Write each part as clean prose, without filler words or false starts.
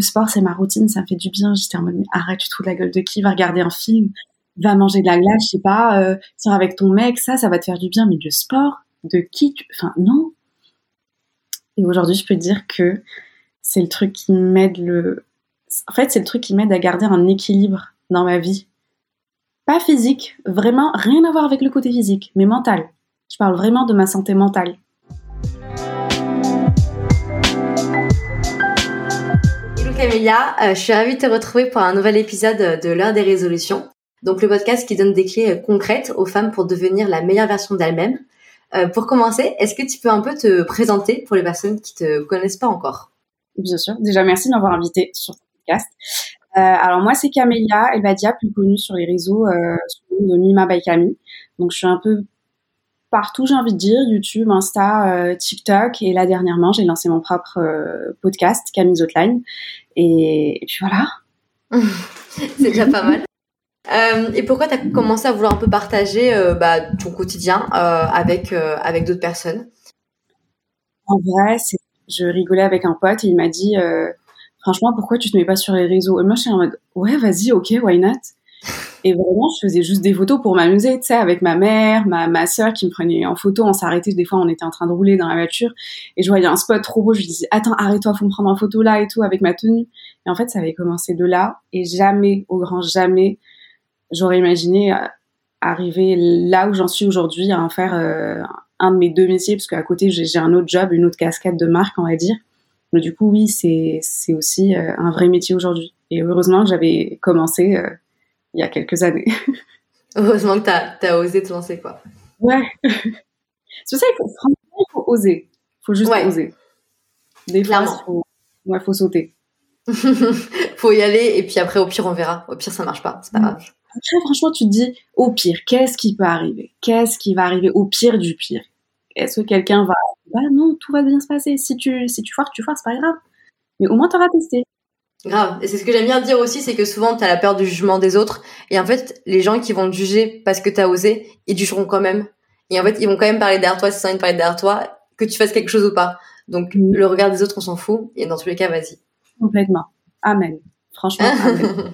sport, c'est ma routine, ça me fait du bien. J'étais en mode, mais arrête, tu te fous de la gueule de qui? Va regarder un film, va manger de la glace, je sais pas, sors avec ton mec, ça va te faire du bien. Mais le sport, de qui enfin, non. Et aujourd'hui, je peux dire que c'est le truc qui m'aide En fait, c'est le truc qui m'aide à garder un équilibre dans ma vie. Pas physique, vraiment rien à voir avec le côté physique, mais mental. Je parle vraiment de ma santé mentale. Hello Camélia, je suis ravie de te retrouver pour un nouvel épisode de l'heure des résolutions. Donc le podcast qui donne des clés concrètes aux femmes pour devenir la meilleure version d'elles-mêmes. Pour commencer, est-ce que tu peux un peu te présenter pour les personnes qui te connaissent pas encore? Bien sûr. Déjà, merci de m'avoir invitée sur ce podcast. Alors moi, c'est Camélia Elbadia, plus connue sur les réseaux sous le nom de Mima by Camille. Donc je suis un peu partout, j'ai envie de dire, YouTube, Insta, TikTok. Et là, dernièrement, j'ai lancé mon propre podcast, Camille's Outline. Et puis voilà. C'est déjà pas mal. Et pourquoi tu as commencé à vouloir un peu partager ton quotidien avec d'autres personnes? En vrai, je rigolais avec un pote et il m'a dit franchement, pourquoi tu te mets pas sur les réseaux? Et moi, je suis en mode ouais, vas-y, ok, why not? Et vraiment, je faisais juste des photos pour m'amuser, tu sais, avec ma mère, ma sœur qui me prenait en photo. On s'arrêtait, des fois, on était en train de rouler dans la voiture et je voyais un spot trop beau. Je lui disais attends, arrête-toi, faut me prendre en photo là et tout avec ma tenue. Et en fait, ça avait commencé de là et jamais, au grand jamais, j'aurais imaginé arriver là où j'en suis aujourd'hui à en faire un de mes deux métiers, parce qu'à côté j'ai un autre job, une autre casquette de marque, on va dire. Mais du coup, oui, c'est aussi un vrai métier aujourd'hui. Et heureusement que j'avais commencé il y a quelques années. Heureusement que t'as osé te lancer, quoi. Ouais. C'est pour ça qu'il faut oser. Il faut juste oser. Des fois, il faut sauter. Faut y aller et puis après, au pire, on verra. Au pire, ça marche pas. C'est pas grave. Après, franchement, tu te dis, au pire, qu'est-ce qui peut arriver? Qu'est-ce qui va arriver au pire du pire? Est-ce que quelqu'un va... Bah non, tout va bien se passer. Si tu foires, c'est pas grave. Mais au moins, t'auras testé. Grave. Et c'est ce que j'aime bien dire aussi, c'est que souvent, t'as la peur du jugement des autres. Et en fait, les gens qui vont te juger parce que t'as osé, ils jugeront quand même. Et en fait, ils vont quand même parler derrière toi, s'ils ont envie de parler derrière toi, que tu fasses quelque chose ou pas. Donc, le regard des autres, on s'en fout. Et dans tous les cas, vas-y. Complètement. Amen. Franchement, amen.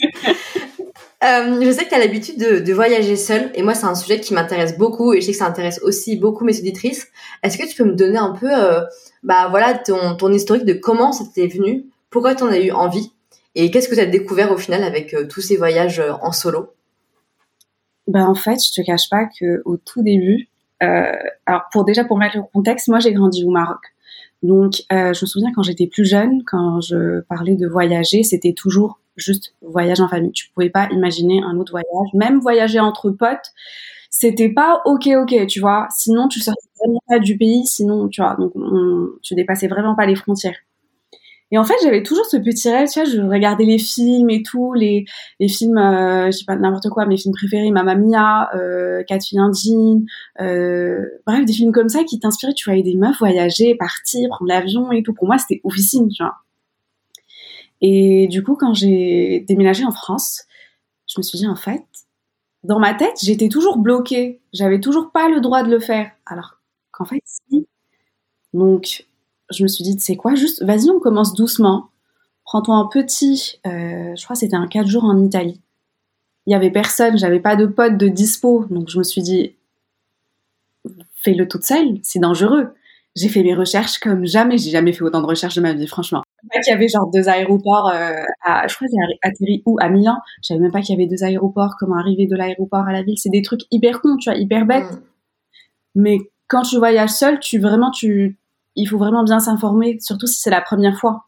Je sais que tu as l'habitude de voyager seule et moi c'est un sujet qui m'intéresse beaucoup et je sais que ça intéresse aussi beaucoup mes auditrices. Est-ce que tu peux me donner un peu ton historique de comment ça t'est venu, pourquoi tu en as eu envie et qu'est-ce que tu as découvert au final avec tous ces voyages en solo? En fait, je te cache pas que au tout début, alors pour mettre le contexte, moi j'ai grandi au Maroc. Donc je me souviens quand j'étais plus jeune, quand je parlais de voyager, c'était toujours juste voyage en famille. Tu pouvais pas imaginer un autre voyage. Même voyager entre potes, c'était pas ok, tu vois. Sinon, tu sortais vraiment pas du pays. Sinon, tu vois, donc tu dépassais vraiment pas les frontières. Et en fait, j'avais toujours ce petit rêve, tu vois, je regardais les films et tout, les films, je sais pas, n'importe quoi, mes films préférés, Mamma Mia, 4 filles indiennes, bref, des films comme ça qui t'inspiraient, tu voyais des meufs voyager, partir, prendre l'avion et tout. Pour moi, c'était officine, tu vois. Et du coup, quand j'ai déménagé en France, je me suis dit, en fait, dans ma tête, j'étais toujours bloquée. J'avais toujours pas le droit de le faire. Alors qu'en fait, si. Donc, je me suis dit, tu sais quoi, juste, vas-y, on commence doucement. Prends-toi un petit, je crois que c'était un 4 jours en Italie. Il y avait personne, j'avais pas de potes de dispo. Donc, je me suis dit, fais-le toute seule, c'est dangereux. J'ai fait mes recherches comme jamais. J'ai jamais fait autant de recherches de ma vie, franchement. Je savais pas qu'il y avait genre 2 aéroports je crois que j'ai atterri où? À Milan. Je savais même pas qu'il y avait 2 aéroports. Comment arriver de l'aéroport à la ville? C'est des trucs hyper cons, tu vois, hyper bêtes. Mais quand tu voyages seul, il faut vraiment bien s'informer, surtout si c'est la première fois.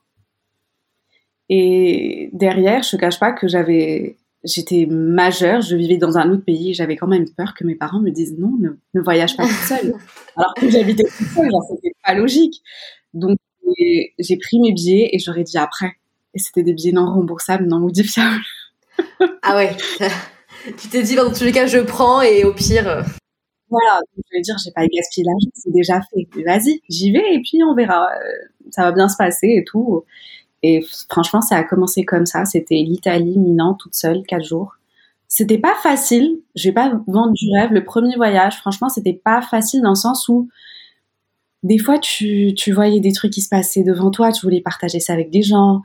Et derrière, je te cache pas que j'étais majeure, je vivais dans un autre pays, j'avais quand même peur que mes parents me disent non, ne voyage pas toute seule. Alors que j'habitais toute seule, genre c'était pas logique. Donc j'ai pris mes billets et j'aurais dit après. Et c'était des billets non remboursables, non modifiables. Ah ouais. Tu t'es dit dans tous les cas je prends et au pire. Voilà, donc je vais dire j'ai pas gaspillé l'argent, c'est déjà fait. Mais vas-y, j'y vais et puis on verra. Ça va bien se passer et tout. Et franchement, ça a commencé comme ça. C'était l'Italie, Milan, toute seule, 4 jours. C'était pas facile. Je vais pas vendre du rêve. Le premier voyage, franchement, c'était pas facile dans le sens où des fois, tu voyais des trucs qui se passaient devant toi, tu voulais partager ça avec des gens.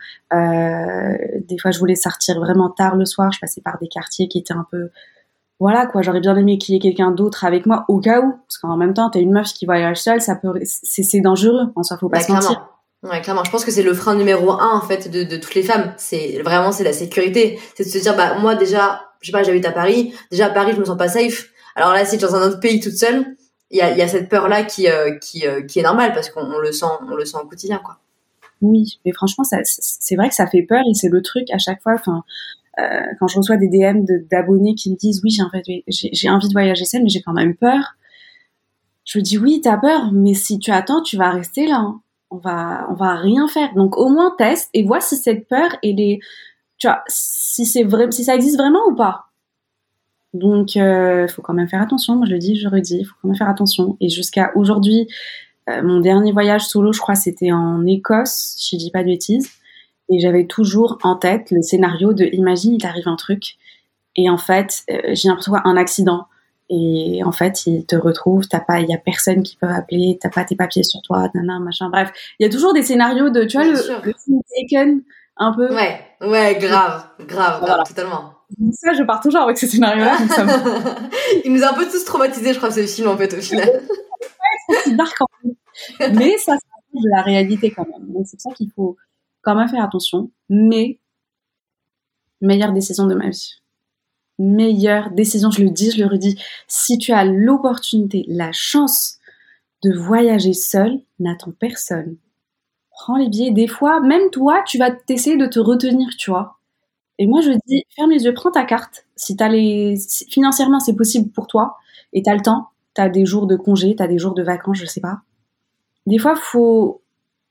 Des fois, je voulais sortir vraiment tard le soir, je passais par des quartiers qui étaient un peu... Voilà, quoi, j'aurais bien aimé qu'il y ait quelqu'un d'autre avec moi, au cas où. Parce qu'en même temps, t'es une meuf qui voyage seule, c'est dangereux, en soi, faut pas se mentir. Ouais, clairement. Je pense que c'est le frein numéro 1, en fait, de toutes les femmes. C'est la sécurité. C'est de se dire, bah, moi, déjà, je sais pas, j'habite à Paris. Déjà, à Paris, je me sens pas safe. Alors là, si tu es dans un autre pays toute seule, il y a cette peur-là qui est normale parce qu'on le sent au quotidien, quoi. Oui, mais franchement, c'est vrai que ça fait peur et c'est le truc à chaque fois, enfin, quand je reçois des DM d'abonnés qui me disent, oui, j'ai envie de voyager seule, mais j'ai quand même peur. Je me dis, oui, t'as peur, mais si tu attends, tu vas rester là, hein. On va rien faire. Donc, au moins, teste et vois si cette peur, tu vois, si ça existe vraiment ou pas. Donc, faut quand même faire attention. Moi, je le dis, je redis, faut quand même faire attention. Et jusqu'à aujourd'hui, mon dernier voyage solo, je crois, c'était en Écosse, si je dis pas de bêtises. Et j'avais toujours en tête le scénario de, imagine, il t'arrive un truc. Et en fait, j'ai l'impression un accident. Et en fait, il te retrouve, il y a personne qui peut appeler, t'as pas tes papiers sur toi, nanana, machin. Bref, il y a toujours des scénarios de, tu vois, le film Taken, un peu. Ouais, grave, voilà. Totalement. Ça, je pars toujours avec ce scénario-là. Donc ça il nous a un peu tous traumatisés, je crois, ce film, en fait, au final. C'est dark quand même. Mais ça rapproche de la réalité quand même. Donc c'est pour ça qu'il faut quand même faire attention. Mais, meilleure décision de ma vie. Meilleure décision, je le dis, je le redis. Si tu as l'opportunité, la chance de voyager seul, n'attends personne. Prends les billets. Des fois, même toi, tu vas t'essayer de te retenir, tu vois. Et moi, je dis, ferme les yeux, prends ta carte. Si financièrement, c'est possible pour toi, et t'as le temps, t'as des jours de congé, t'as des jours de vacances, je sais pas. Des fois, faut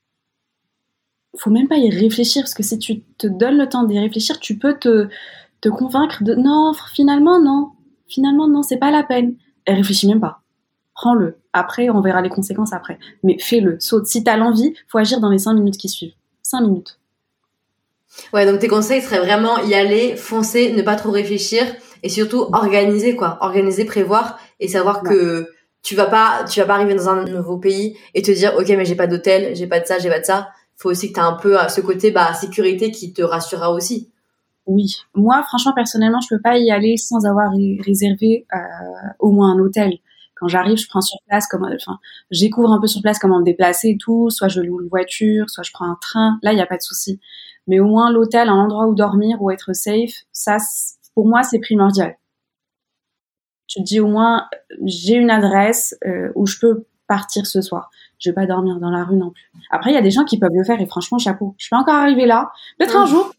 même pas y réfléchir, parce que si tu te donnes le temps d'y réfléchir, tu peux te convaincre de non, finalement non, c'est pas la peine. Et réfléchis même pas. Prends-le. Après, on verra les conséquences après. Mais fais-le, saute. Si t'as l'envie, faut agir dans les 5 minutes qui suivent. 5 minutes. Ouais, donc tes conseils seraient vraiment y aller, foncer, ne pas trop réfléchir et surtout organiser, quoi. Organiser, prévoir et savoir que tu vas pas arriver dans un nouveau pays et te dire, ok, mais j'ai pas d'hôtel, j'ai pas de ça, j'ai pas de ça. Faut aussi que t'aies un peu ce côté, sécurité qui te rassurera aussi. Oui. Moi, franchement, personnellement, je peux pas y aller sans avoir réservé au moins un hôtel. Quand j'arrive, je prends sur place je découvre un peu sur place comment me déplacer et tout. Soit je loue une voiture, soit je prends un train. Là, il y a pas de souci. Mais au moins l'hôtel, un endroit où dormir, où être safe, ça, pour moi, c'est primordial. Tu te dis au moins, j'ai une adresse où je peux partir ce soir. Je vais pas dormir dans la rue non plus. Après, il y a des gens qui peuvent le faire et franchement, chapeau. Je suis pas encore arrivée là. Peut-être un jour.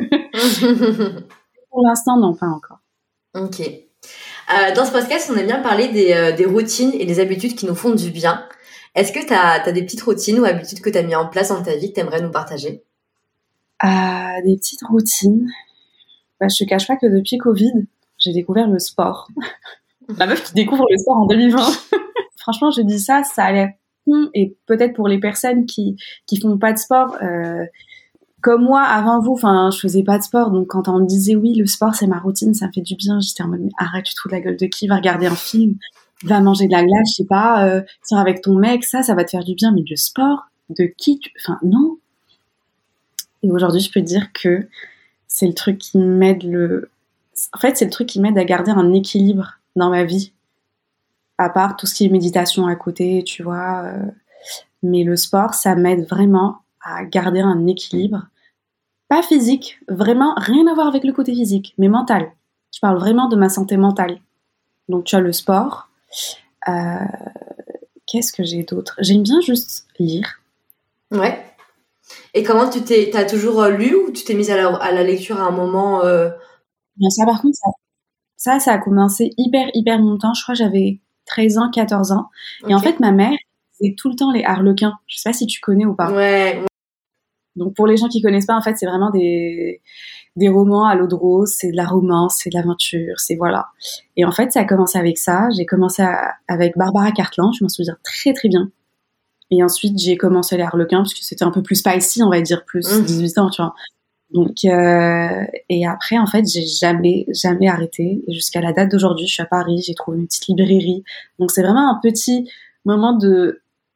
Pour l'instant, non, pas encore. Ok. Dans ce podcast, on aime bien parler des routines et des habitudes qui nous font du bien. Est-ce que t'as des petites routines ou habitudes que t'as mis en place dans ta vie que t'aimerais nous partager? Des petites routines. Je te cache pas que depuis Covid, j'ai découvert le sport. La meuf qui découvre le sport en 2020. Franchement, je dis ça a l'air con et peut-être pour les personnes qui font pas de sport, comme moi, avant vous, enfin, je faisais pas de sport, donc quand on me disait oui, le sport c'est ma routine, ça me fait du bien, j'étais en mode mais arrête, tu te fous de la gueule de qui? Va regarder un film, va manger de la glace, je sais pas, sors avec ton mec, ça va te faire du bien, mais le sport, de qui enfin, non. Et aujourd'hui, je peux te dire que c'est le truc qui m'aide c'est le truc qui m'aide à garder un équilibre dans ma vie. À part tout ce qui est méditation à côté, tu vois. Mais le sport, ça m'aide vraiment à garder un équilibre. Pas physique, vraiment rien à voir avec le côté physique, mais mental. Je parle vraiment de ma santé mentale. Donc tu as le sport. Qu'est-ce que j'ai d'autre? J'aime bien juste lire. Ouais. Et comment t'as toujours lu ou tu t'es mise à la lecture à un moment Ça par contre, ça a commencé hyper longtemps. Je crois que j'avais 13 ans, 14 ans. Okay. Et en fait, ma mère faisait tout le temps les Harlequins. Je sais pas si tu connais ou pas. Ouais. Donc pour les gens qui connaissent pas, en fait, c'est vraiment des romans à l'eau de rose, c'est de la romance, c'est de l'aventure, c'est voilà. Et en fait, ça a commencé avec ça. J'ai commencé avec Barbara Cartland, je m'en souviens très très bien. Et ensuite, j'ai commencé les Harlequins parce que c'était un peu plus spicy, on va dire, plus 18 ans, tu vois. Donc, et après, en fait, j'ai jamais arrêté. Et jusqu'à la date d'aujourd'hui, je suis à Paris, j'ai trouvé une petite librairie. Donc, c'est vraiment un petit moment de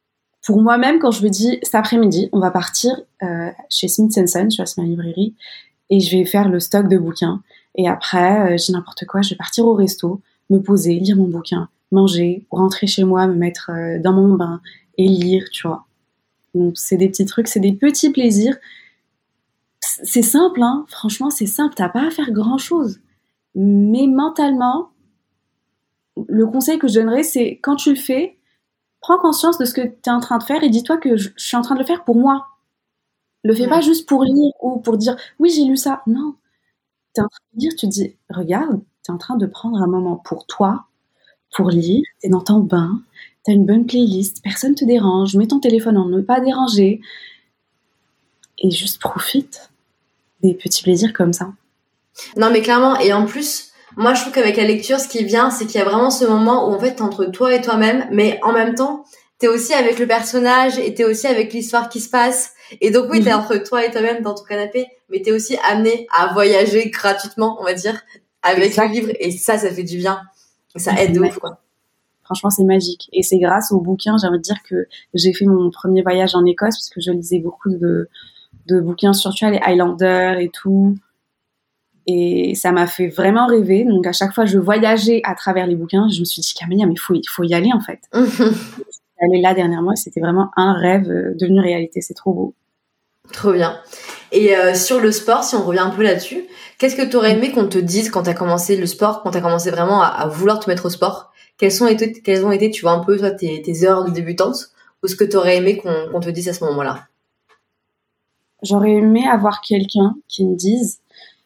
pour moi-même, quand je me dis cet après-midi, on va partir chez Smith Son, tu vois, c'est ma librairie, et je vais faire le stock de bouquins. Et après, je dis n'importe quoi, je vais partir au resto, me poser, lire mon bouquin, manger, rentrer chez moi, me mettre dans mon bain et lire, tu vois. Donc c'est des petits trucs, c'est des petits plaisirs. C'est simple, hein. Franchement, c'est simple. T'as pas à faire grand-chose. Mais mentalement, le conseil que je donnerais, c'est quand tu le fais, prends conscience de ce que tu es en train de faire et dis-toi que je suis en train de le faire pour moi. Le fais pas juste pour lire ou pour dire oui, j'ai lu ça. Non. Tu es en train de lire, tu te dis regarde, tu es en train de prendre un moment pour toi, pour lire, tu es dans ton bain, tu as une bonne playlist, personne te dérange, mets ton téléphone en ne pas déranger et juste profite des petits plaisirs comme ça. Non, mais clairement, et en plus, moi, je trouve qu'avec la lecture, ce qui est bien, c'est qu'il y a vraiment ce moment où, en fait, t'es entre toi et toi-même, mais en même temps, t'es aussi avec le personnage et t'es aussi avec l'histoire qui se passe. Et donc, oui, t'es entre toi et toi-même dans ton canapé, mais t'es aussi amené à voyager gratuitement, on va dire, avec le livre. Et ça fait du bien. Ça aide de ouf, quoi. Franchement, c'est magique. Et c'est grâce aux bouquins, j'ai envie de dire que j'ai fait mon premier voyage en Écosse, parce que je lisais beaucoup de bouquins sur, tu vois, les Highlander et tout. Et ça m'a fait vraiment rêver. Donc, à chaque fois que je voyageais à travers les bouquins, je me suis dit, Camélia, mais il faut y aller, en fait. Aller là dernièrement, c'était vraiment un rêve devenu réalité. C'est trop beau. Trop bien. Et sur le sport, si on revient un peu là-dessus, qu'est-ce que tu aurais aimé qu'on te dise quand tu as commencé le sport, quand tu as commencé vraiment à vouloir te mettre au sport? Quelles ont été, tu vois, un peu, toi, tes heures de débutante, ou ce que tu aurais aimé qu'on te dise à ce moment-là? J'aurais aimé avoir quelqu'un qui me dise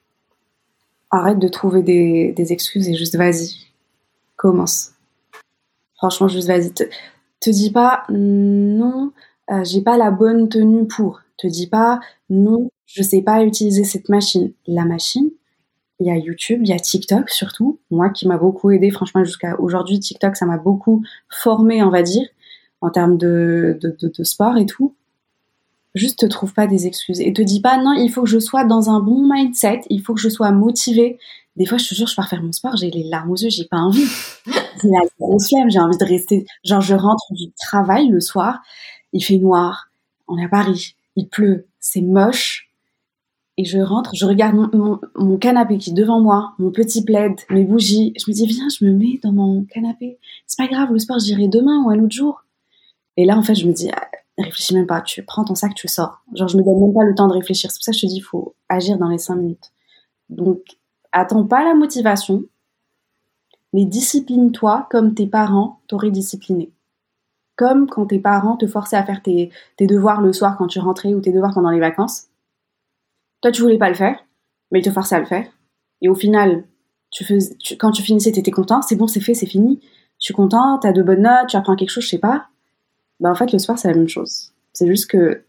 arrête de trouver des excuses et juste vas-y, commence. Franchement, juste vas-y. Te dis pas non, j'ai pas la bonne tenue pour. Te dis pas non, je sais pas utiliser cette machine. La machine, il y a YouTube, il y a TikTok surtout. Moi qui m'a beaucoup aidé, franchement, jusqu'à aujourd'hui, TikTok, ça m'a beaucoup formé, on va dire, en termes de sport et tout. Juste te trouve pas des excuses et te dis pas non, il faut que je sois dans un bon mindset, il faut que je sois motivée. Des fois, je te jure, je pars faire mon sport, j'ai les larmes aux yeux, j'ai pas envie. C'est la grosse flemme, j'ai envie de rester. Genre, je rentre du travail le soir, il fait noir, on est à Paris, il pleut, c'est moche. Et je rentre, je regarde mon canapé qui est devant moi, mon petit plaid, mes bougies. Je me dis, viens, je me mets dans mon canapé. C'est pas grave, le sport, j'irai demain ou un autre jour. Et là, en fait, je me dis, réfléchis même pas, tu prends ton sac, tu sors. Genre, je me donne même pas le temps de réfléchir. C'est pour ça que je te dis, il faut agir dans les 5 minutes. Donc, attends pas la motivation, mais discipline-toi comme tes parents t'auraient discipliné. Comme quand tes parents te forçaient à faire tes devoirs le soir quand tu rentrais ou tes devoirs pendant les vacances. Toi, tu voulais pas le faire, mais ils te forçaient à le faire. Et au final, quand tu finissais, t'étais content. C'est bon, c'est fait, c'est fini. Je suis content, t'as de bonnes notes, tu apprends quelque chose, je sais pas. En fait, le sport, c'est la même chose. C'est juste que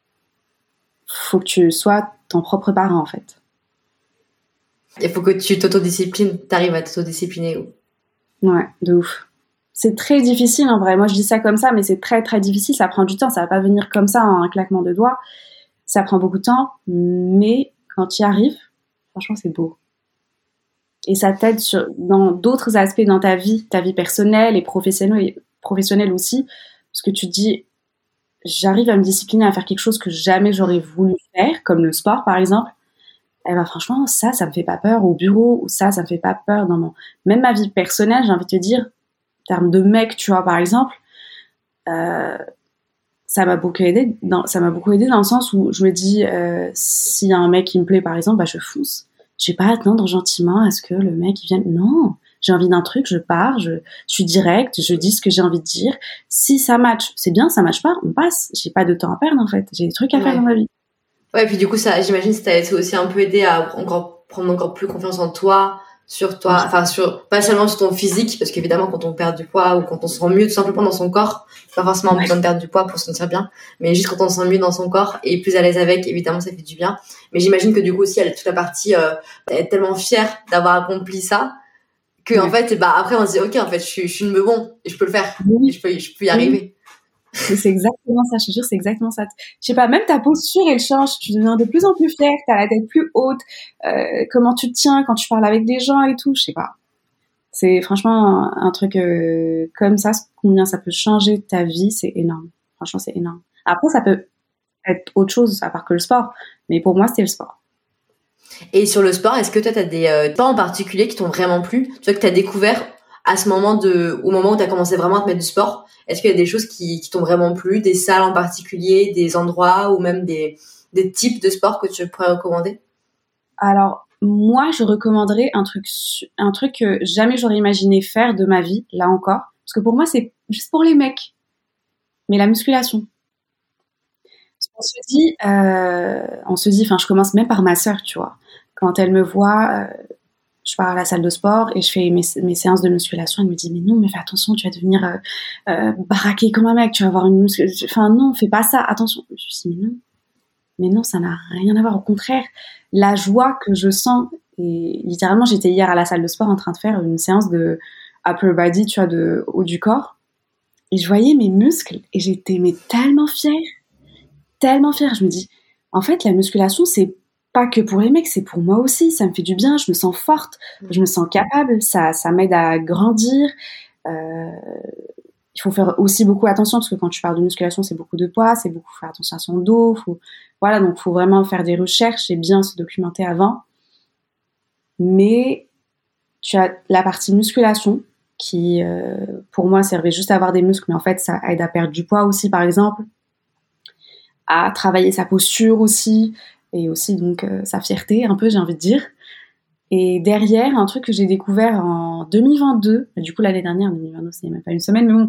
faut que tu sois ton propre parent, en fait. Il faut que tu t'autodisciplines, t'arrives à t'autodiscipliner. Ouais, de ouf. C'est très difficile, en vrai. Moi, je dis ça comme ça, mais c'est très, très difficile. Ça prend du temps. Ça va pas venir comme ça, en un claquement de doigts. Ça prend beaucoup de temps, mais quand tu y arrives, franchement, c'est beau. Et ça t'aide dans d'autres aspects dans ta vie personnelle et professionnelle aussi, parce que tu te dis, j'arrive à me discipliner à faire quelque chose que jamais j'aurais voulu faire, comme le sport par exemple. Eh ben franchement, ça me fait pas peur au bureau, ou ça me fait pas peur même ma vie personnelle, j'ai envie de te dire, en termes de mec, tu vois, par exemple, ça m'a beaucoup aidé dans le sens où je me dis, s'il y a un mec qui me plaît par exemple, je fonce. Je vais pas attendre gentiment à ce que le mec il vienne. Non, j'ai envie d'un truc, je pars, je suis directe, je dis ce que j'ai envie de dire. Si ça match, c'est bien, ça match pas, on passe. J'ai pas de temps à perdre en fait. J'ai des trucs à faire dans ma vie. Ouais, puis du coup, ça, j'imagine, ça t'a aussi un peu aidé à prendre encore plus confiance en toi, sur toi, enfin pas seulement sur ton physique, parce qu'évidemment, quand on perd du poids ou quand on se sent mieux tout simplement dans son corps, pas forcément besoin de perdre du poids pour se sentir bien, mais juste quand on se sent mieux dans son corps et plus à l'aise avec, évidemment, ça fait du bien. Mais j'imagine que du coup aussi, il y a toute la partie, être tellement fière d'avoir accompli ça, que en fait, après on se dit, ok, en fait, je suis une meubon et je peux le faire, et je peux y arriver. C'est exactement ça, je te jure, c'est exactement ça. Je sais pas, même ta posture, elle change. Tu deviens de plus en plus fière, t'as la tête plus haute. Comment tu te tiens quand tu parles avec des gens et tout, je sais pas. C'est franchement un truc comme ça, combien ça peut changer ta vie, c'est énorme. Franchement, c'est énorme. Après, ça peut être autre chose à part que le sport, mais pour moi, c'était le sport. Et sur le sport, est-ce que toi, t'as des sports en particulier qui t'ont vraiment plu? Tu vois, que t'as découvert à ce moment au moment où t'as commencé vraiment à te mettre du sport? Est-ce qu'il y a des choses qui t'ont vraiment plu? Des salles en particulier, des endroits ou même des types de sports que tu pourrais recommander? Alors, moi, je recommanderais un truc que jamais j'aurais imaginé faire de ma vie, là encore. Parce que pour moi, c'est juste pour les mecs. Mais la musculation. On se dit, enfin, je commence même par ma sœur, tu vois. Quand elle me voit, je pars à la salle de sport et je fais mes séances de musculation. Elle me dit, mais non, mais fais attention, tu vas devenir baraqué comme un mec, tu vas avoir une muscle. Enfin, non, fais pas ça, attention. Je me dis, mais non, ça n'a rien à voir. Au contraire, la joie que je sens, et littéralement, j'étais hier à la salle de sport en train de faire une séance de upper body, tu vois, de haut du corps. Et je voyais mes muscles et j'étais mais tellement fière, tellement fière. Je me dis, en fait, la musculation, c'est pas que pour les mecs, c'est pour moi aussi. Ça me fait du bien, je me sens forte, je me sens capable, ça m'aide à grandir. Euh, il faut faire aussi beaucoup attention parce que quand tu parles de musculation, c'est beaucoup de poids, c'est beaucoup faire attention à son dos. Voilà, donc faut vraiment faire des recherches et bien se documenter avant. Mais tu as la partie musculation qui, pour moi, servait juste à avoir des muscles, mais en fait, ça aide à perdre du poids aussi, par exemple, à travailler sa posture aussi, et aussi donc sa fierté, un peu, j'ai envie de dire. Et derrière, un truc que j'ai découvert en 2022, du coup l'année dernière, 2022, c'est même pas une semaine, mais bon,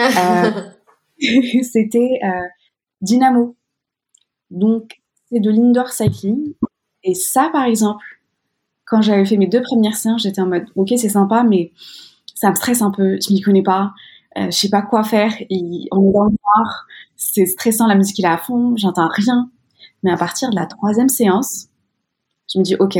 c'était Dynamo. Donc, c'est de l'indoor cycling. Et ça, par exemple, quand j'avais fait mes 2 premières séances, j'étais en mode, ok, c'est sympa, mais ça me stresse un peu, je m'y connais pas, je sais pas quoi faire, on est dans le noir, c'est stressant, la musique il est à fond, j'entends rien. Mais à partir de la 3e séance, je me dis, ok,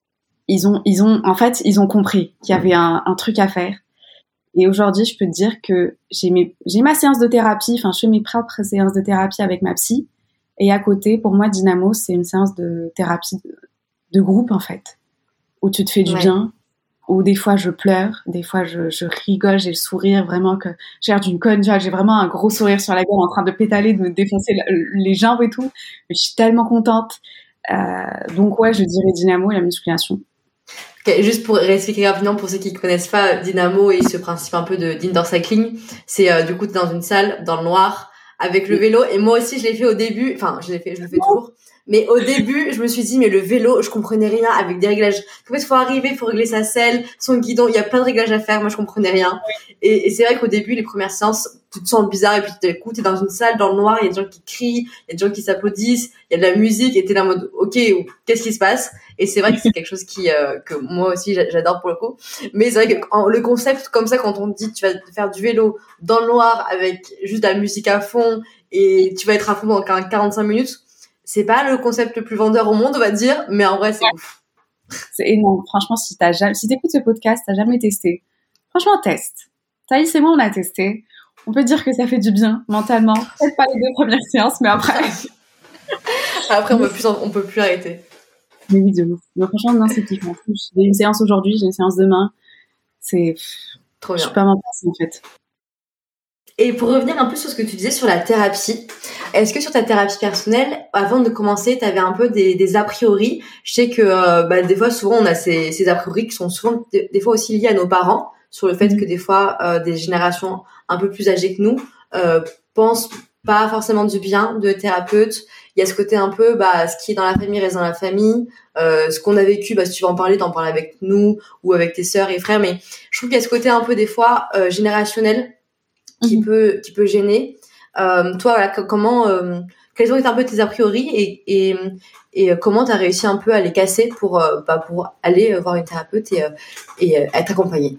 en fait, ils ont compris qu'il y avait un truc à faire. Et aujourd'hui, je peux te dire que j'ai ma séance de thérapie, enfin, je fais mes propres séances de thérapie avec ma psy. Et à côté, pour moi, Dynamo, c'est une séance de thérapie de groupe, en fait, où tu te fais du bien, où des fois je pleure, des fois je rigole, j'ai le sourire vraiment que j'ai l'air d'une conne, j'ai vraiment un gros sourire sur la gueule en train de pétaler, de me défoncer les jambes et tout. Mais je suis tellement contente. Donc ouais, je dirais Dynamo et la musculation. Okay, juste pour expliquer rapidement pour ceux qui connaissent pas Dynamo et ce principe un peu d'indoor cycling, c'est du coup t'es dans une salle dans le noir avec le vélo et moi aussi je l'ai fait au début, enfin je le fais toujours, mais au début je me suis dit mais le vélo je comprenais rien avec des réglages. En fait il faut arriver, il faut régler sa selle, son guidon, il y a plein de réglages à faire, moi je comprenais rien et c'est vrai qu'au début les premières séances tu te sens bizarre et puis du coup t'es dans une salle dans le noir, il y a des gens qui crient, il y a des gens qui s'applaudissent, il y a de la musique et t'es là en mode ok qu'est-ce qui se passe. Et c'est vrai que c'est quelque chose que moi aussi j'adore pour le coup. Mais c'est vrai que le concept comme ça, quand on te dit tu vas faire du vélo dans le noir avec juste de la musique à fond et tu vas être à fond dans 45 minutes, c'est pas le concept le plus vendeur au monde, on va dire, mais en vrai c'est ouf. C'est énorme. Franchement, si t'écoutes ce podcast, t'as jamais testé. Franchement, teste. Thaïs et moi, on a testé. On peut dire que ça fait du bien mentalement. Peut-être pas les 2 premières séances, mais après. Après, on peut plus arrêter. Mais oui, de ouf. Mais franchement, non, c'est kiffant. J'ai une séance aujourd'hui, j'ai une séance demain. C'est trop bien. Je peux pas m'en passer, en fait. Et pour revenir un peu sur ce que tu disais sur la thérapie, est-ce que sur ta thérapie personnelle, avant de commencer, tu avais un peu des a priori? Je sais que des fois, souvent, on a ces a priori qui sont souvent des fois aussi liés à nos parents, sur le fait que des fois, des générations un peu plus âgées que nous pensent pas forcément du bien de thérapeutes. Il y a ce côté un peu, ce qui est dans la famille reste dans la famille. Ce qu'on a vécu, si tu veux en parler, t'en parles avec nous ou avec tes sœurs et frères. Mais je trouve qu'il y a ce côté un peu des fois générationnel qui peut gêner. Toi, voilà, quels ont été un peu tes a priori et comment t'as réussi un peu à les casser pour aller voir une thérapeute et être accompagnée?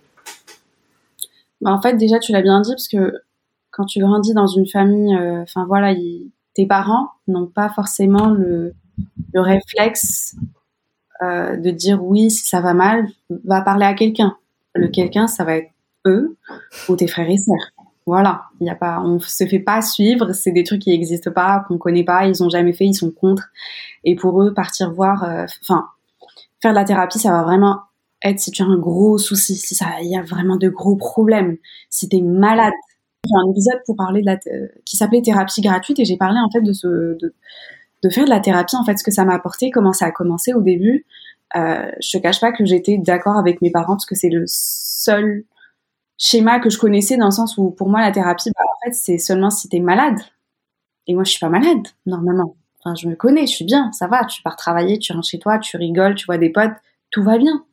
En fait, déjà, tu l'as bien dit, parce que quand tu grandis dans une famille, tes parents n'ont pas forcément le réflexe de dire oui, si ça va mal, va parler à quelqu'un. Le quelqu'un, ça va être eux ou tes frères et sœurs. Voilà, on se fait pas suivre, c'est des trucs qui existent pas, qu'on connaît pas, ils ont jamais fait, ils sont contre. Et pour eux, partir voir, faire de la thérapie, ça va vraiment être si tu as un gros souci, si il y a vraiment de gros problèmes, si t'es malade, J'ai un épisode pour parler qui s'appelait thérapie gratuite et j'ai parlé en fait de faire de la thérapie, en fait, ce que ça m'a apporté, comment ça a commencé au début. Je te cache pas que j'étais d'accord avec mes parents parce que c'est le seul schéma que je connaissais, dans le sens où pour moi la thérapie, en fait, c'est seulement si t'es malade. Et moi je suis pas malade normalement. Enfin, je me connais, je suis bien, ça va. Tu pars travailler, tu rentres chez toi, tu rigoles, tu vois des potes, tout va bien.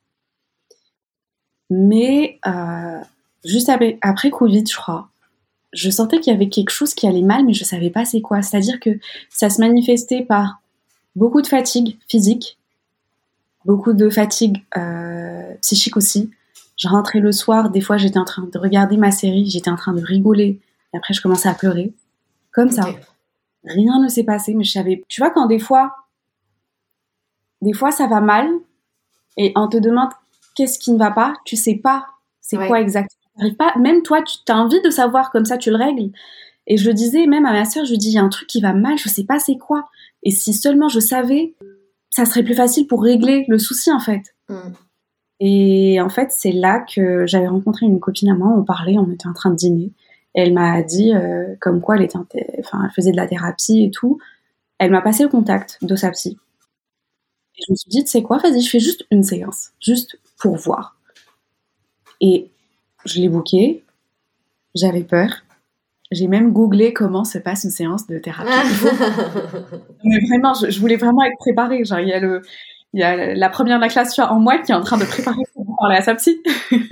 Mais juste après Covid, je crois, je sentais qu'il y avait quelque chose qui allait mal, mais je savais pas c'est quoi. C'est-à-dire que ça se manifestait par beaucoup de fatigue physique, beaucoup de fatigue psychique aussi. Je rentrais le soir, des fois j'étais en train de regarder ma série, j'étais en train de rigoler, et après je commençais à pleurer. Comme ça. Rien ne s'est passé, mais je savais... Tu vois, quand des fois ça va mal, et on te demande qu'est-ce qui ne va pas, tu sais pas c'est quoi exactement. T'arrives pas, même toi, tu as envie de savoir, comme ça tu le règles. Et je le disais même à ma sœur, je lui dis, il y a un truc qui va mal, je sais pas c'est quoi. Et si seulement je savais, ça serait plus facile pour régler le souci, en fait. Et en fait, c'est là que j'avais rencontré une copine à moi, on parlait, on était en train de dîner. Et elle m'a dit, comme quoi elle faisait de la thérapie et tout. Elle m'a passé le contact de sa psy. Et je me suis dit, tu sais quoi, vas-y, je fais juste une séance, juste pour voir. Et je l'ai booké, j'avais peur. J'ai même googlé comment se passe une séance de thérapie. Mais vraiment, je voulais vraiment être préparée. Genre, il y a la première de la classe en moi qui est en train de préparer pour parler à sa psy.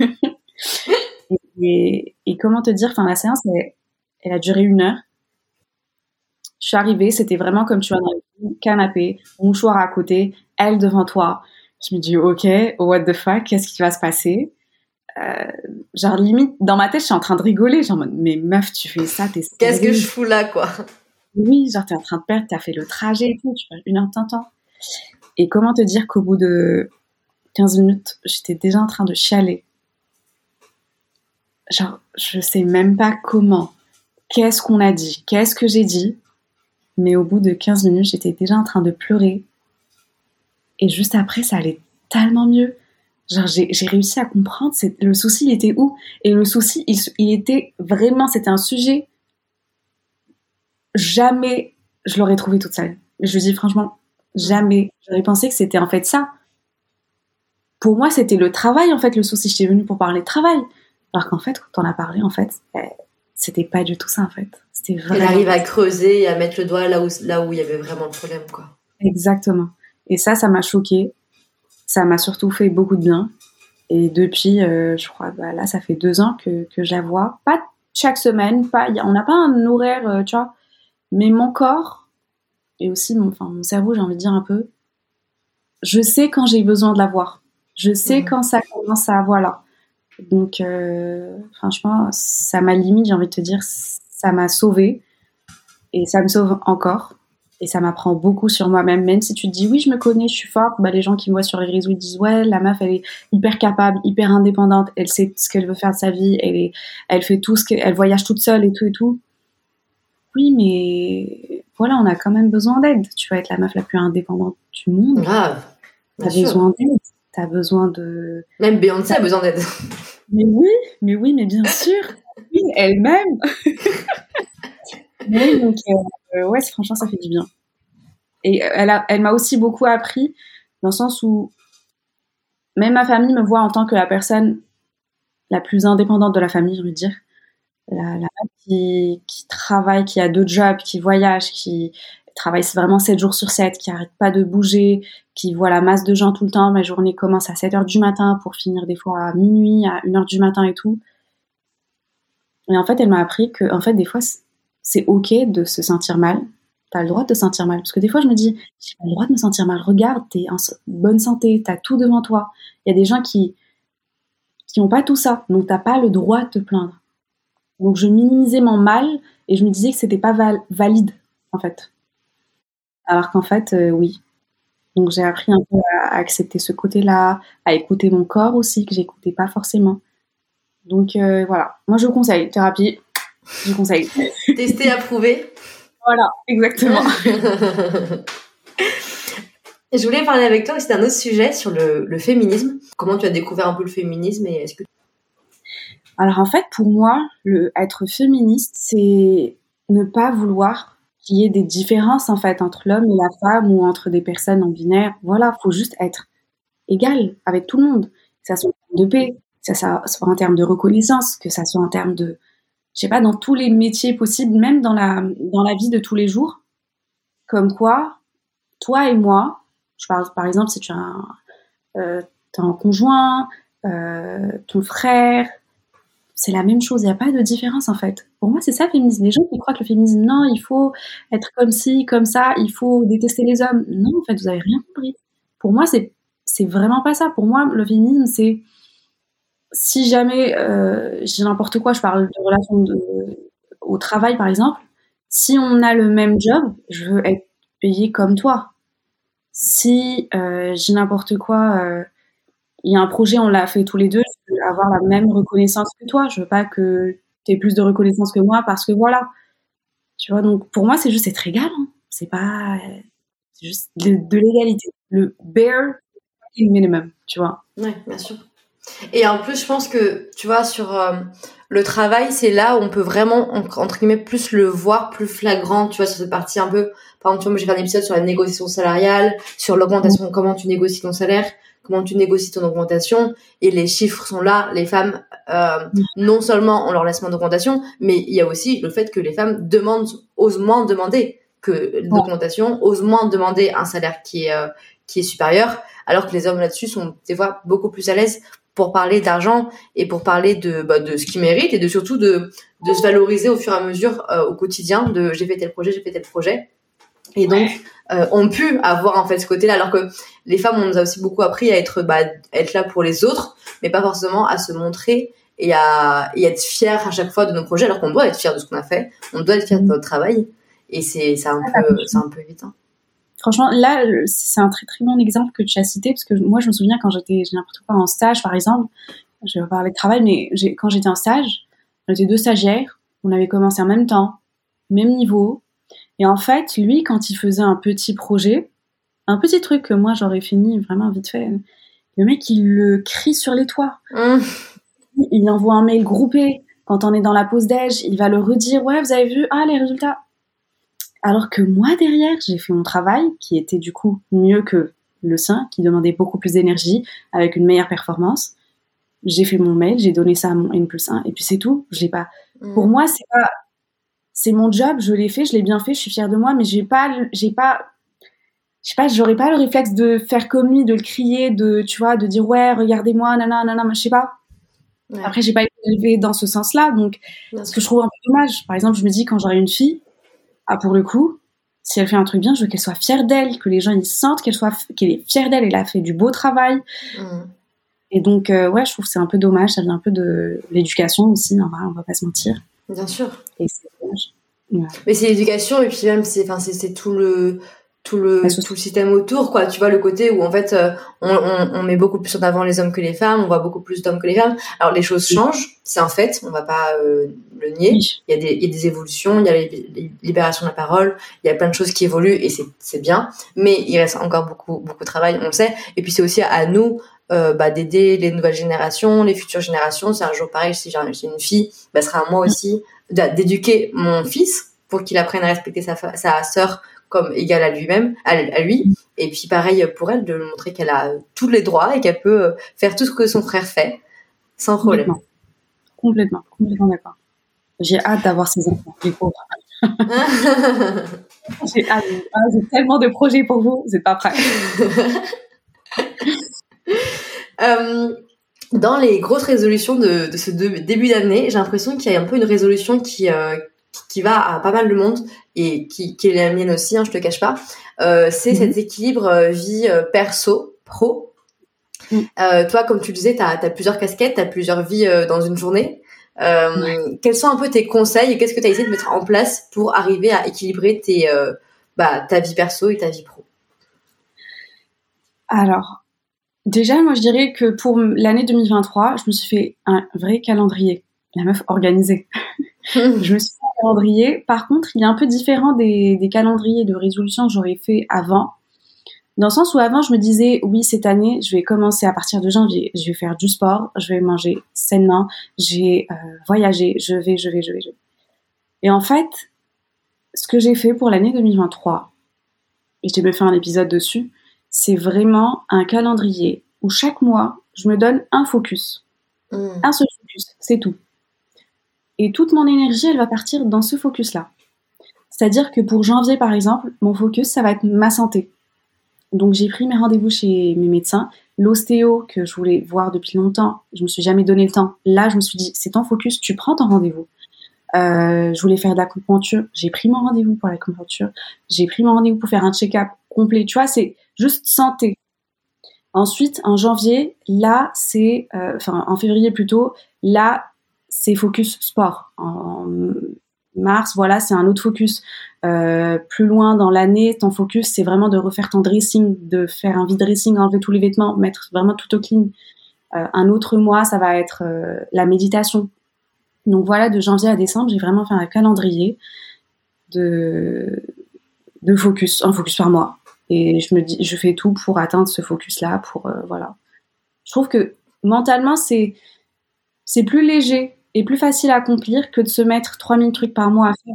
et comment te dire, enfin, la séance, elle a duré 1 heure. Je suis arrivée, c'était vraiment comme tu vois dans le canapé, mouchoir à côté, elle devant toi. Je me dis, ok, what the fuck, qu'est-ce qui va se passer? Genre limite, dans ma tête, je suis en train de rigoler. Genre, mais meuf, tu fais ça, t'es... Qu'est-ce que je fous là, quoi? Oui, genre t'es en train de perdre, t'as fait le trajet et tout, tu passes 1 heure de temps. Et comment te dire qu'au bout de 15 minutes, j'étais déjà en train de chialer. Genre, je sais même pas comment. Qu'est-ce qu'on a dit? Qu'est-ce que j'ai dit? Mais au bout de 15 minutes, j'étais déjà en train de pleurer. Et juste après, ça allait tellement mieux. Genre, j'ai réussi à comprendre le souci, il était où? Et le souci, il était vraiment, c'était un sujet. Jamais je l'aurais trouvé toute seule. Je dis franchement, jamais. J'aurais pensé que c'était en fait ça. Pour moi, c'était le travail, en fait, le souci. J'étais venue pour parler de travail. Alors qu'en fait, quand on a parlé, en fait, c'était pas du tout ça, en fait. C'était vraiment... Elle arrive à creuser et à mettre le doigt là où il y avait vraiment le problème, quoi. Exactement. Et ça m'a choquée. Ça m'a surtout fait beaucoup de bien. Et depuis, je crois, là, ça fait 2 ans que je la vois. Pas chaque semaine, on n'a pas un horaire, tu vois. Mais mon corps, et aussi mon cerveau, j'ai envie de dire un peu, je sais quand j'ai besoin de la voir. Je sais quand ça commence à... Voilà. Donc, franchement, ça m'a limite, j'ai envie de te dire, ça m'a sauvée. Et ça me sauve encore. Et ça m'apprend beaucoup sur moi-même. Même si tu te dis, oui, je me connais, je suis forte, les gens qui me voient sur les réseaux, ils disent, ouais, la meuf, elle est hyper capable, hyper indépendante, elle sait ce qu'elle veut faire de sa vie, elle fait tout elle voyage toute seule et tout et tout. Oui, mais voilà, on a quand même besoin d'aide. Tu vas être la meuf la plus indépendante du monde. Grave. T'as besoin d'aide. T'as besoin de... Même Beyoncé a besoin d'aide. Mais oui, mais bien sûr. Oui, elle-même. Oui, donc, ouais, franchement, ça fait du bien. Et elle m'a aussi beaucoup appris, dans le sens où même ma famille me voit en tant que la personne la plus indépendante de la famille, je veux dire. La meuf qui travaille, qui a 2 jobs, qui voyage, qui travaille vraiment 7 jours sur 7, qui arrête pas de bouger, qui voit la masse de gens tout le temps. Ma journée commence à 7h du matin pour finir des fois à minuit, à 1h du matin et tout. Et en fait, elle m'a appris que, en fait, des fois, c'est ok de se sentir mal. T'as le droit de te sentir mal. Parce que des fois, je me dis, j'ai pas le droit de me sentir mal. Regarde, t'es en bonne santé, t'as tout devant toi. Il y a des gens qui ont pas tout ça. Donc, t'as pas le droit de te plaindre. Donc, je minimisais mon mal et je me disais que c'était pas valide, en fait. Alors qu'en fait, oui. Donc, j'ai appris un peu à accepter ce côté-là, à écouter mon corps aussi, que j'écoutais pas forcément. Donc, voilà. Moi, je conseille. Thérapie, je conseille. Tester, approuver. Voilà, exactement. Je voulais parler avec toi aussi d'un autre sujet sur le féminisme. Comment tu as découvert un peu le féminisme et est-ce que... Alors en fait, pour moi, être féministe, c'est ne pas vouloir qu'il y ait des différences en fait entre l'homme et la femme ou entre des personnes en binaire. Voilà, faut juste être égal avec tout le monde. Que ça soit en termes de paix, que ça soit en termes de reconnaissance, que ça soit en termes de, je sais pas, dans tous les métiers possibles, même dans la vie de tous les jours. Comme quoi, toi et moi, je parle par exemple si tu as t'as un conjoint, ton frère, c'est la même chose, il n'y a pas de différence en fait. Pour moi, c'est ça le féminisme. Les gens qui croient que le féminisme, non, il faut être comme ci, comme ça, il faut détester les hommes. Non, en fait, vous avez rien compris. Pour moi, c'est vraiment pas ça. Pour moi, le féminisme, c'est si jamais, je dis n'importe quoi, je parle de relations au travail par exemple, si on a le même job, je veux être payée comme toi. Si, je dis n'importe quoi, il y a un projet, on l'a fait tous les deux, je veux avoir la même reconnaissance que toi. Je veux pas que tu aies plus de reconnaissance que moi parce que voilà. Tu vois, donc pour moi, c'est juste être égal. Hein. C'est pas. C'est juste de l'égalité. Le bare minimum, tu vois. Ouais, bien sûr. Et en plus, je pense que, tu vois, sur le travail, c'est là où on peut vraiment, entre guillemets, plus le voir, plus flagrant, tu vois, sur cette partie un peu. Par exemple, tu vois, moi, j'ai fait un épisode sur la négociation salariale, sur l'augmentation, comment tu négocies ton salaire, comment tu négocies ton augmentation, et les chiffres sont là. Les femmes, non seulement on leur laisse moins d'augmentation, mais il y a aussi le fait que les femmes osent moins demander que l'augmentation, osent moins demander un salaire qui est supérieur, alors que les hommes là-dessus sont des fois beaucoup plus à l'aise pour parler d'argent et pour parler de ce qu'ils méritent et surtout de se valoriser au fur et à mesure au quotidien de j'ai fait tel projet et donc ont pu avoir en fait ce côté-là, alors que les femmes on nous a aussi beaucoup appris à être là pour les autres mais pas forcément à se montrer et à être fier à chaque fois de nos projets, alors qu'on doit être fier de ce qu'on a fait, on doit être fier de notre travail et c'est un peu évitant. Franchement, là, c'est un très très bon exemple que tu as cité, parce que moi, je me souviens quand j'ai n'importe quoi en stage, par exemple, je vais parler de travail, mais quand j'étais en stage, on était deux stagiaires, on avait commencé en même temps, même niveau, et en fait, lui, quand il faisait un petit projet, un petit truc que moi, j'aurais fini vraiment vite fait, le mec, il le crie sur les toits. Il envoie un mail groupé, quand on est dans la pause déj, il va le redire, ouais, vous avez vu, les résultats. Alors que moi, derrière, j'ai fait mon travail, qui était du coup mieux que le sien, qui demandait beaucoup plus d'énergie, avec une meilleure performance. J'ai fait mon mail, j'ai donné ça à mon N+1, et puis c'est tout. Je l'ai pas. Pour moi, c'est mon job, je l'ai fait, je l'ai bien fait, je suis fière de moi, mais j'aurais pas le réflexe de faire comme lui, de le crier, tu vois, de dire ouais, regardez-moi, nanana, je sais pas. Ouais. Après, j'ai pas été élevée dans ce sens-là, donc ce que je trouve un peu dommage. Par exemple, je me dis quand j'aurai une fille, pour le coup, si elle fait un truc bien, je veux qu'elle soit fière d'elle, que les gens ils sentent qu'elle est fière d'elle, elle a fait du beau travail. Et donc, ouais, je trouve que c'est un peu dommage, ça vient un peu de l'éducation aussi, on va pas se mentir. Bien sûr. Et c'est dommage. Ouais. Mais c'est l'éducation, et puis même, c'est tout le système autour, quoi. Tu vois, le côté où, en fait, on met beaucoup plus en avant les hommes que les femmes, on voit beaucoup plus d'hommes que les femmes. Alors, les choses changent, c'est un fait, on va pas le nier. Oui. Il y a des évolutions, il y a les libérations de la parole, il y a plein de choses qui évoluent, et c'est bien. Mais il reste encore beaucoup de travail, on le sait. Et puis, c'est aussi à nous, d'aider les nouvelles générations, les futures générations. C'est un jour pareil, si j'ai une fille, ce sera à moi aussi d'éduquer mon fils pour qu'il apprenne à respecter sa sœur comme égale à lui-même, à lui. Et puis pareil pour elle, de lui montrer qu'elle a tous les droits et qu'elle peut faire tout ce que son frère fait sans problème. Complètement d'accord. J'ai hâte d'avoir ces enfants, les pauvres. J'ai hâte. J'ai tellement de projets pour vous, vous n'êtes pas prêts. Dans les grosses résolutions de ce début d'année, j'ai l'impression qu'il y a un peu une résolution qui va à pas mal de monde et qui est la mienne aussi, je te cache pas. C'est cet équilibre vie perso, pro. Toi, comme tu le disais, t'as plusieurs casquettes, t'as plusieurs vies dans une journée. Quels sont un peu tes conseils et qu'est-ce que t'as essayé de mettre en place pour arriver à équilibrer ta vie perso et ta vie pro? Alors, déjà, moi, je dirais que pour l'année 2023, je me suis fait un vrai calendrier. La meuf organisée. Je me suis fait un calendrier. Par contre, il est un peu différent des calendriers de résolution que j'aurais fait avant. Dans le sens où avant, je me disais, oui, cette année, je vais commencer à partir de janvier, je vais faire du sport, je vais manger sainement, j'ai voyagé, je vais. Et en fait, ce que j'ai fait pour l'année 2023, et j'ai même fait un épisode dessus, c'est vraiment un calendrier où chaque mois, je me donne un focus. Un seul focus, c'est tout. Et toute mon énergie, elle va partir dans ce focus-là. C'est-à-dire que pour janvier, par exemple, mon focus, ça va être ma santé. Donc j'ai pris mes rendez-vous chez mes médecins. L'ostéo que je voulais voir depuis longtemps, je me suis jamais donné le temps. Là, je me suis dit, c'est ton focus, tu prends ton rendez-vous. Je voulais faire de l'acupuncture, j'ai pris mon rendez-vous pour l'acupuncture. J'ai pris mon rendez-vous pour faire un check-up complet. Tu vois, c'est juste santé. Ensuite, en janvier, là, c'est... en février plutôt, là, c'est focus sport. En mars, voilà, c'est un autre focus. Plus loin dans l'année, ton focus, c'est vraiment de refaire ton dressing, de faire un vide dressing, enlever tous les vêtements, mettre vraiment tout au clean. Un autre mois, ça va être la méditation. Donc voilà, de janvier à décembre, j'ai vraiment fait un calendrier de focus, un focus par mois. Et je me dis, je fais tout pour atteindre ce focus-là, pour voilà. Je trouve que mentalement, c'est plus léger et plus facile à accomplir que de se mettre 3000 trucs par mois à faire.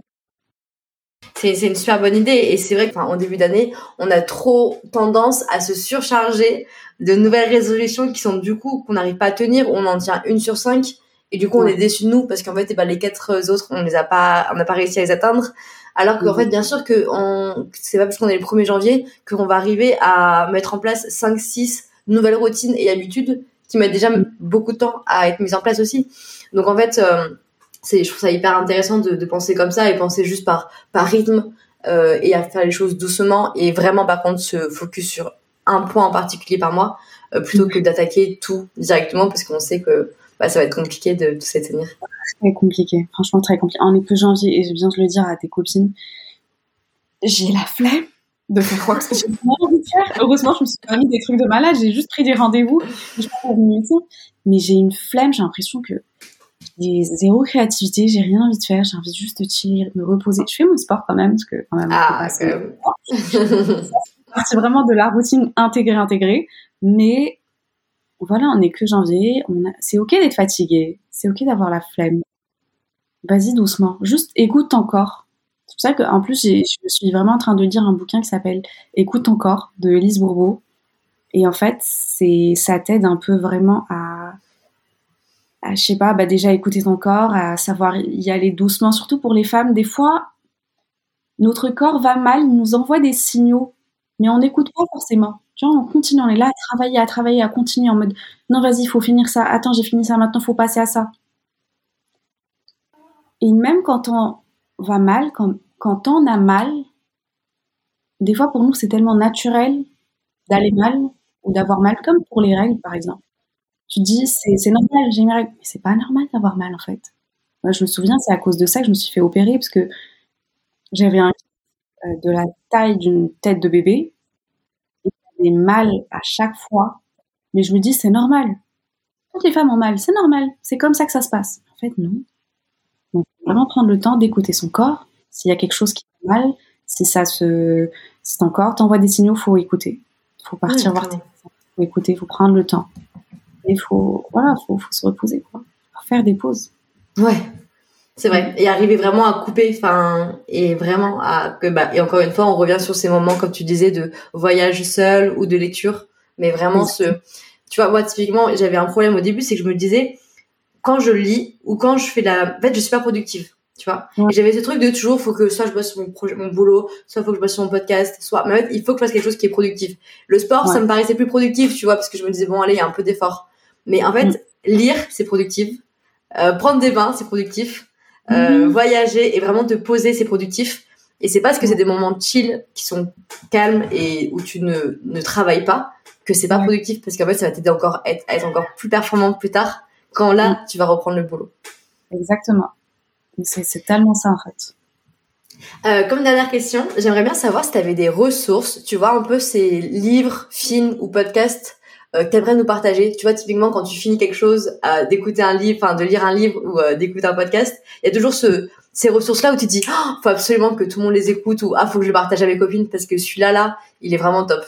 C'est une super bonne idée, et c'est vrai qu'en début d'année, on a trop tendance à se surcharger de nouvelles résolutions qui sont du coup qu'on n'arrive pas à tenir, on en tient 1 sur 5, et du coup on est déçu de nous parce qu'en fait les 4 autres on n'a pas réussi à les atteindre, alors qu'en fait bien sûr que c'est pas parce qu'on est le 1er janvier qu'on va arriver à mettre en place 5-6 nouvelles routines et habitudes qui mettent déjà beaucoup de temps à être mises en place aussi. Donc en fait je trouve ça hyper intéressant de penser comme ça, et penser juste par rythme, et à faire les choses doucement, et vraiment par contre se focus sur un point en particulier par mois, plutôt que d'attaquer tout directement, parce qu'on sait que ça va être compliqué de tout se tenir. Très compliqué, franchement très compliqué. On est que janvier, et je viens de le dire à tes copines, j'ai la flemme de faire quoi que ce soit. J'ai vraiment envie de faire. Heureusement, je me suis pas mis des trucs de malade, j'ai juste pris des rendez-vous, je pense à une médecin, mais j'ai une flemme, j'ai l'impression que j'ai zéro créativité, j'ai rien envie de faire, j'ai envie juste de chiller, de me reposer. Je fais mon sport quand même, parce que quand même, c'est vraiment de la routine intégrée, mais voilà, on n'est que janvier, c'est ok d'être fatigué, c'est ok d'avoir la flemme. Vas-y doucement, juste écoute ton corps. C'est pour ça qu'en plus, je suis vraiment en train de lire un bouquin qui s'appelle Écoute ton corps de Élise Bourbeau. Et en fait, ça t'aide un peu vraiment à je sais pas, déjà écouter ton corps, à savoir y aller doucement, surtout pour les femmes. Des fois, notre corps va mal, il nous envoie des signaux, mais on n'écoute pas forcément. Tu vois, on continue, on est là à travailler, à continuer en mode non, vas-y, il faut finir ça. Attends, j'ai fini ça, maintenant, faut passer à ça. Et même quand on va mal, quand on a mal, des fois pour nous, c'est tellement naturel d'aller mal ou d'avoir mal, comme pour les règles, par exemple. Tu te dis, c'est normal, j'ai mes règles. Mais c'est pas normal d'avoir mal, en fait. Moi, je me souviens, c'est à cause de ça que je me suis fait opérer, parce que j'avais de la taille d'une tête de bébé, et j'avais mal à chaque fois. Mais je me dis, c'est normal. Toutes les femmes ont mal, c'est normal. C'est comme ça que ça se passe. En fait, non. Donc, vraiment prendre le temps d'écouter son corps. S'il y a quelque chose qui va mal, si ton corps t'envoie des signaux, faut écouter. Faut partir voir tes médecins. Faut écouter, faut prendre le temps. Et faut se reposer, quoi. Faut faire des pauses. Ouais, c'est vrai. Et arriver vraiment à couper, et vraiment et encore une fois, on revient sur ces moments, comme tu disais, de voyage seul ou de lecture. Mais vraiment tu vois, moi, typiquement, j'avais un problème au début, c'est que je me disais, quand je lis ou quand je fais en fait, je suis pas productive. Tu vois, et j'avais ce truc de toujours, faut que soit je bosse sur mon boulot, soit faut que je bosse sur mon podcast, mais en fait, il faut que je fasse quelque chose qui est productif. Le sport, ça me paraissait plus productif, tu vois, parce que je me disais, bon, allez, il y a un peu d'effort. Mais en fait, lire, c'est productif. Prendre des bains, c'est productif. Voyager et vraiment te poser, c'est productif. Et c'est parce que c'est des moments chill qui sont calmes et où tu ne travailles pas que c'est pas productif, parce qu'en fait, ça va t'aider encore à être encore plus performant plus tard, quand là, tu vas reprendre le boulot. Exactement. C'est tellement ça, en fait. Comme dernière question, j'aimerais bien savoir si tu avais des ressources, tu vois, un peu ces livres, films ou podcasts que t'aimerais nous partager. Tu vois, typiquement, quand tu finis quelque chose, d'écouter un livre, de lire un livre ou d'écouter un podcast, il y a toujours ces ressources-là où tu te dis, faut absolument que tout le monde les écoute, ou faut que je le partage à mes copines parce que celui-là, il est vraiment top.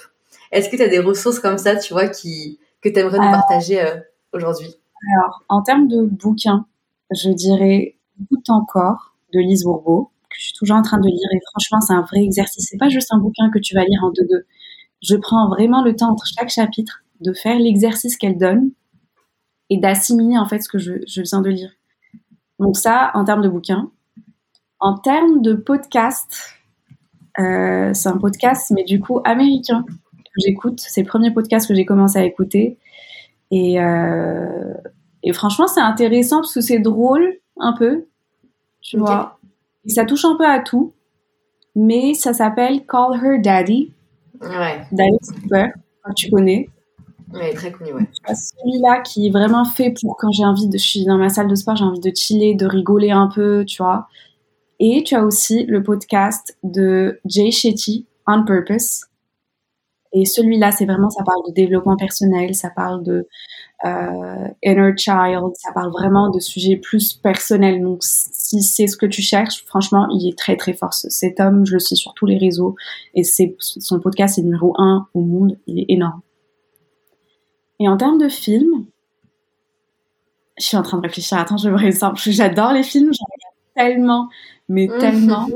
Est-ce que tu as des ressources comme ça, tu vois, que tu aimerais nous partager aujourd'hui? Alors, en termes de bouquins, je dirais Goutte encore de Lise Bourbeau, que je suis toujours en train de lire et franchement, c'est un vrai exercice. C'est pas juste un bouquin que tu vas lire en deux. Je prends vraiment le temps entre chaque chapitre de faire l'exercice qu'elle donne et d'assimiler en fait ce que je viens de lire. Donc ça, en termes de bouquins. En termes de podcast, c'est un podcast, mais du coup américain que j'écoute. C'est le premier podcast que j'ai commencé à écouter. Et franchement, c'est intéressant parce que c'est drôle un peu, tu vois. Et ça touche un peu à tout. Mais ça s'appelle Call Her Daddy. Ouais. D'Alex Cooper, quand tu connais. Ouais, très connu, ouais. Celui-là qui est vraiment fait pour quand je suis dans ma salle de sport, j'ai envie de chiller, de rigoler un peu, tu vois. Et tu as aussi le podcast de Jay Shetty, On Purpose. Et celui-là, c'est vraiment, ça parle de développement personnel, ça parle de inner child, ça parle vraiment de sujets plus personnels. Donc, si c'est ce que tu cherches, franchement, il est très, très fort. Cet homme, je le suis sur tous les réseaux. Et son podcast est numéro 1 au monde. Il est énorme. Et en termes de films, je suis en train de réfléchir. Attends, je me réserve. J'adore les films. J'en regarde tellement, mais tellement.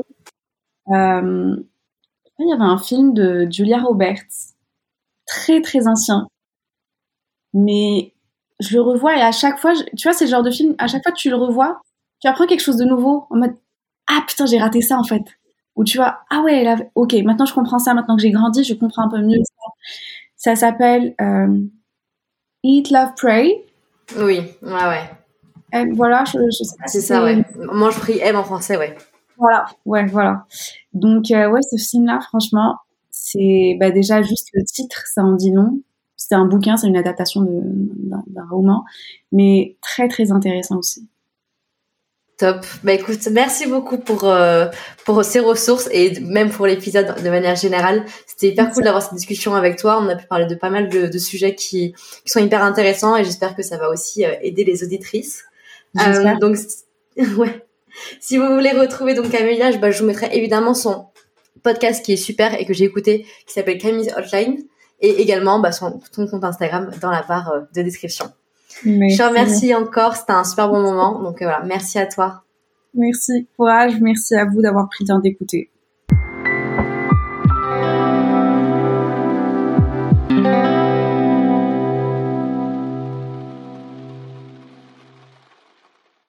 Il y avait un film de Julia Roberts, très très ancien, mais je le revois et à chaque fois, tu vois, c'est le genre de film, à chaque fois que tu le revois, tu apprends quelque chose de nouveau en mode ah putain, j'ai raté ça en fait. Ou tu vois, ah ouais, là, ok, maintenant je comprends ça, maintenant que j'ai grandi, je comprends un peu mieux ça. Ça s'appelle Eat, Love, Pray. Oui, ouais. Voilà, je sais pas c'est ça, ouais. Mange, prie, aime en français, ouais. Voilà. Donc, ouais, ce film-là, franchement, c'est déjà juste le titre, ça en dit long. C'est un bouquin, c'est une adaptation d'un roman, mais très, très intéressant aussi. Top. Bah écoute, merci beaucoup pour ces ressources et même pour l'épisode de manière générale. C'était hyper cool d'avoir cette discussion avec toi. On a pu parler de pas mal de sujets qui sont hyper intéressants et j'espère que ça va aussi aider les auditrices. Donc, ouais. Si vous voulez retrouver donc Camélia, je vous mettrai évidemment son podcast qui est super et que j'ai écouté, qui s'appelle Camille's Hotline, et également son compte Instagram dans la barre de description. Merci. Je te remercie encore, c'était un super bon moment, donc voilà, merci à toi. Merci, courage, merci à vous d'avoir pris le temps d'écouter.